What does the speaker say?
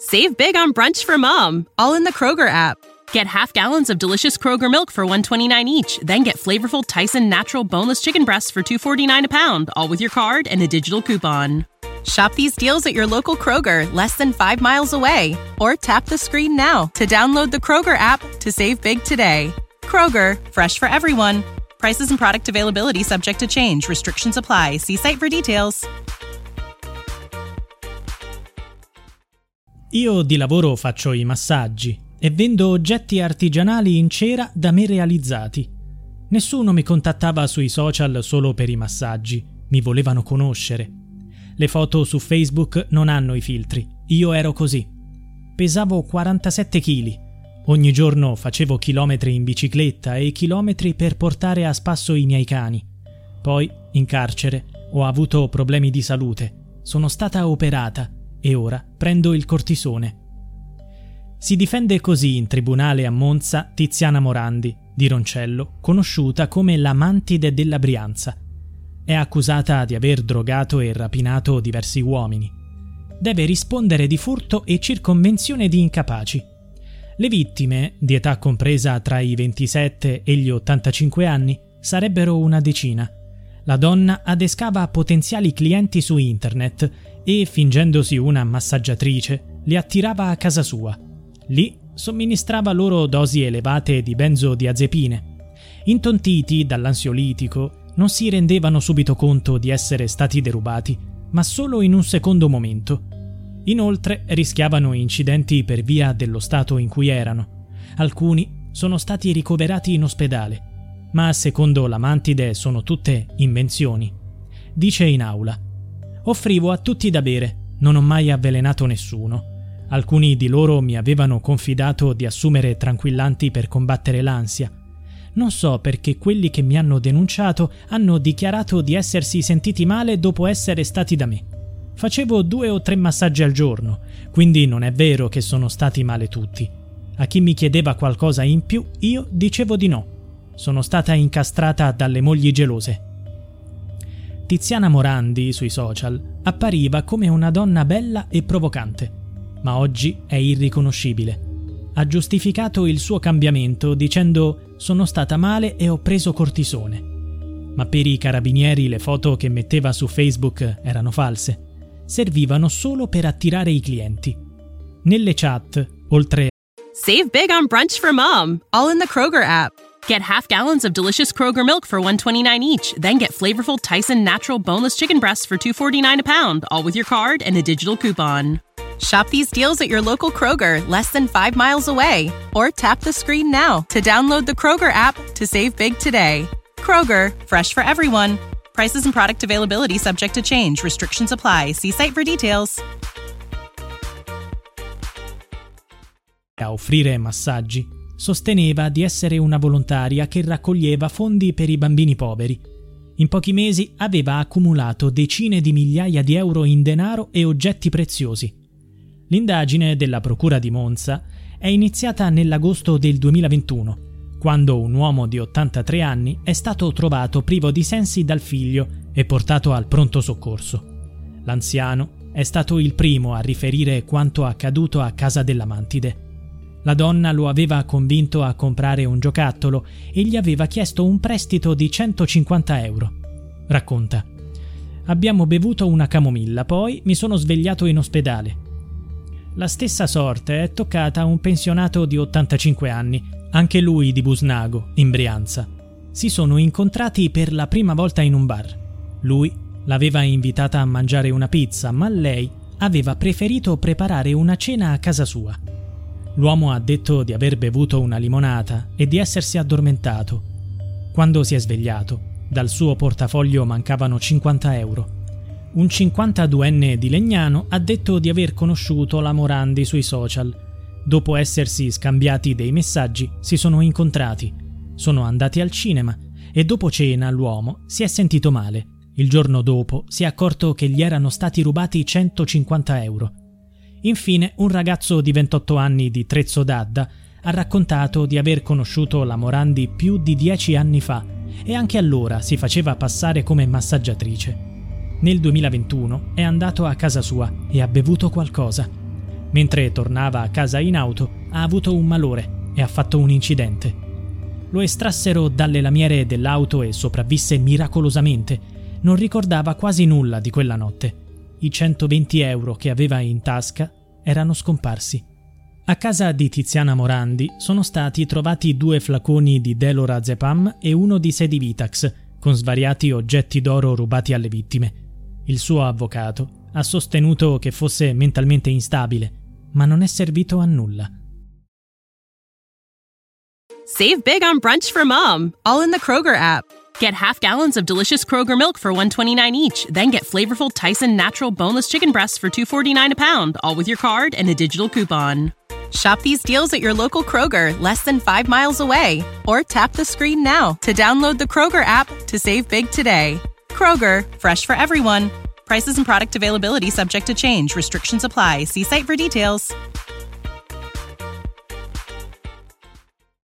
Save big on brunch for mom, all in the Kroger app. Get half gallons of delicious Kroger milk for $1.29 each. Then get flavorful Tyson natural boneless chicken breasts for $2.49 a pound, all with your card and a digital coupon. Shop these deals at your local Kroger, less than 5 miles away. Or tap the screen now to download the Kroger app to save big today. Kroger, fresh for everyone. Prices and product availability subject to change. Restrictions apply. See site for details. Io di lavoro faccio i massaggi e vendo oggetti artigianali in cera da me realizzati. Nessuno mi contattava sui social solo per i massaggi, mi volevano conoscere. Le foto su Facebook non hanno i filtri, io ero così. Pesavo 47 kg. Ogni giorno facevo chilometri in bicicletta e chilometri per portare a spasso i miei cani. Poi, in carcere, ho avuto problemi di salute. Sono stata operata e ora prendo il cortisone. Si difende così in tribunale a Monza Tiziana Morandi, di Roncello, conosciuta come la Mantide della Brianza. È accusata di aver drogato e rapinato diversi uomini. Deve rispondere di furto e circonvenzione di incapaci. Le vittime, di età compresa tra i 27 e gli 85 anni, sarebbero una decina. La donna adescava potenziali clienti su internet e, fingendosi una massaggiatrice, li attirava a casa sua. Lì somministrava loro dosi elevate di benzodiazepine. Intontiti dall'ansiolitico, non si rendevano subito conto di essere stati derubati, ma solo in un secondo momento. Inoltre rischiavano incidenti per via dello stato in cui erano. Alcuni sono stati ricoverati in ospedale, ma secondo la Mantide sono tutte invenzioni. Dice in aula: offrivo a tutti da bere, non ho mai avvelenato nessuno. Alcuni di loro mi avevano confidato di assumere tranquillanti per combattere l'ansia. Non so perché quelli che mi hanno denunciato hanno dichiarato di essersi sentiti male dopo essere stati da me. Facevo 2 o 3 massaggi al giorno, quindi non è vero che sono stati male tutti. A chi mi chiedeva qualcosa in più, io dicevo di no. Sono stata incastrata dalle mogli gelose. Tiziana Morandi, sui social, appariva come una donna bella e provocante, ma oggi è irriconoscibile. Ha giustificato il suo cambiamento dicendo: sono stata male e ho preso cortisone. Ma per i carabinieri le foto che metteva su Facebook erano false. Servivano solo per attirare i clienti. Nelle chat, oltre Save big on brunch for mom, all in the Kroger app. Get half gallons of delicious Kroger milk for $1.29 each. Then get flavorful Tyson natural boneless chicken breasts for $2.49 a pound, all with your card and a digital coupon. Shop these deals at your local Kroger, less than 5 miles away. Or tap the screen now to download the Kroger app to save big today. Kroger, fresh for everyone. Prices and product availability subject to change. Restrictions apply. See site for details. A offrire massaggi, sosteneva di essere una volontaria che raccoglieva fondi per i bambini poveri. In pochi mesi aveva accumulato decine di migliaia di euro in denaro e oggetti preziosi. L'indagine della Procura di Monza è iniziata nell'agosto del 2021, quando un uomo di 83 anni è stato trovato privo di sensi dal figlio e portato al pronto soccorso. L'anziano è stato il primo a riferire quanto accaduto a casa della Mantide. La donna lo aveva convinto a comprare un giocattolo e gli aveva chiesto un prestito di 150 euro. Racconta: abbiamo bevuto una camomilla, poi mi sono svegliato in ospedale. La stessa sorte è toccata a un pensionato di 85 anni, anche lui di Busnago, in Brianza. Si sono incontrati per la prima volta in un bar. Lui l'aveva invitata a mangiare una pizza, ma lei aveva preferito preparare una cena a casa sua. L'uomo ha detto di aver bevuto una limonata e di essersi addormentato. Quando si è svegliato, dal suo portafoglio mancavano 50 euro. Un 52enne di Legnano ha detto di aver conosciuto la Morandi sui social. Dopo essersi scambiati dei messaggi, si sono incontrati. Sono andati al cinema e dopo cena l'uomo si è sentito male. Il giorno dopo si è accorto che gli erano stati rubati 150 euro. Infine, un ragazzo di 28 anni di Trezzo d'Adda ha raccontato di aver conosciuto la Morandi più di 10 anni fa e anche allora si faceva passare come massaggiatrice. Nel 2021 è andato a casa sua e ha bevuto qualcosa. Mentre tornava a casa in auto, ha avuto un malore e ha fatto un incidente. Lo estrassero dalle lamiere dell'auto e sopravvisse miracolosamente. Non ricordava quasi nulla di quella notte. I 120 euro che aveva in tasca erano scomparsi. A casa di Tiziana Morandi sono stati trovati 2 flaconi di Delorazepam e uno di Sedivitax, con svariati oggetti d'oro rubati alle vittime. Il suo avvocato ha sostenuto che fosse mentalmente instabile, ma non è servito a nulla. Save big on brunch for mom, all in the Kroger app. Get half gallons of delicious Kroger milk for $1.29 each, then get flavorful Tyson natural boneless chicken breasts for $2.49 a pound, all with your card and a digital coupon. Shop these deals at your local Kroger, less than 5 miles away. Or tap the screen now to download the Kroger app to save big today. Kroger, fresh for everyone. Prices and product availability subject to change. Restrictions apply. See site for details.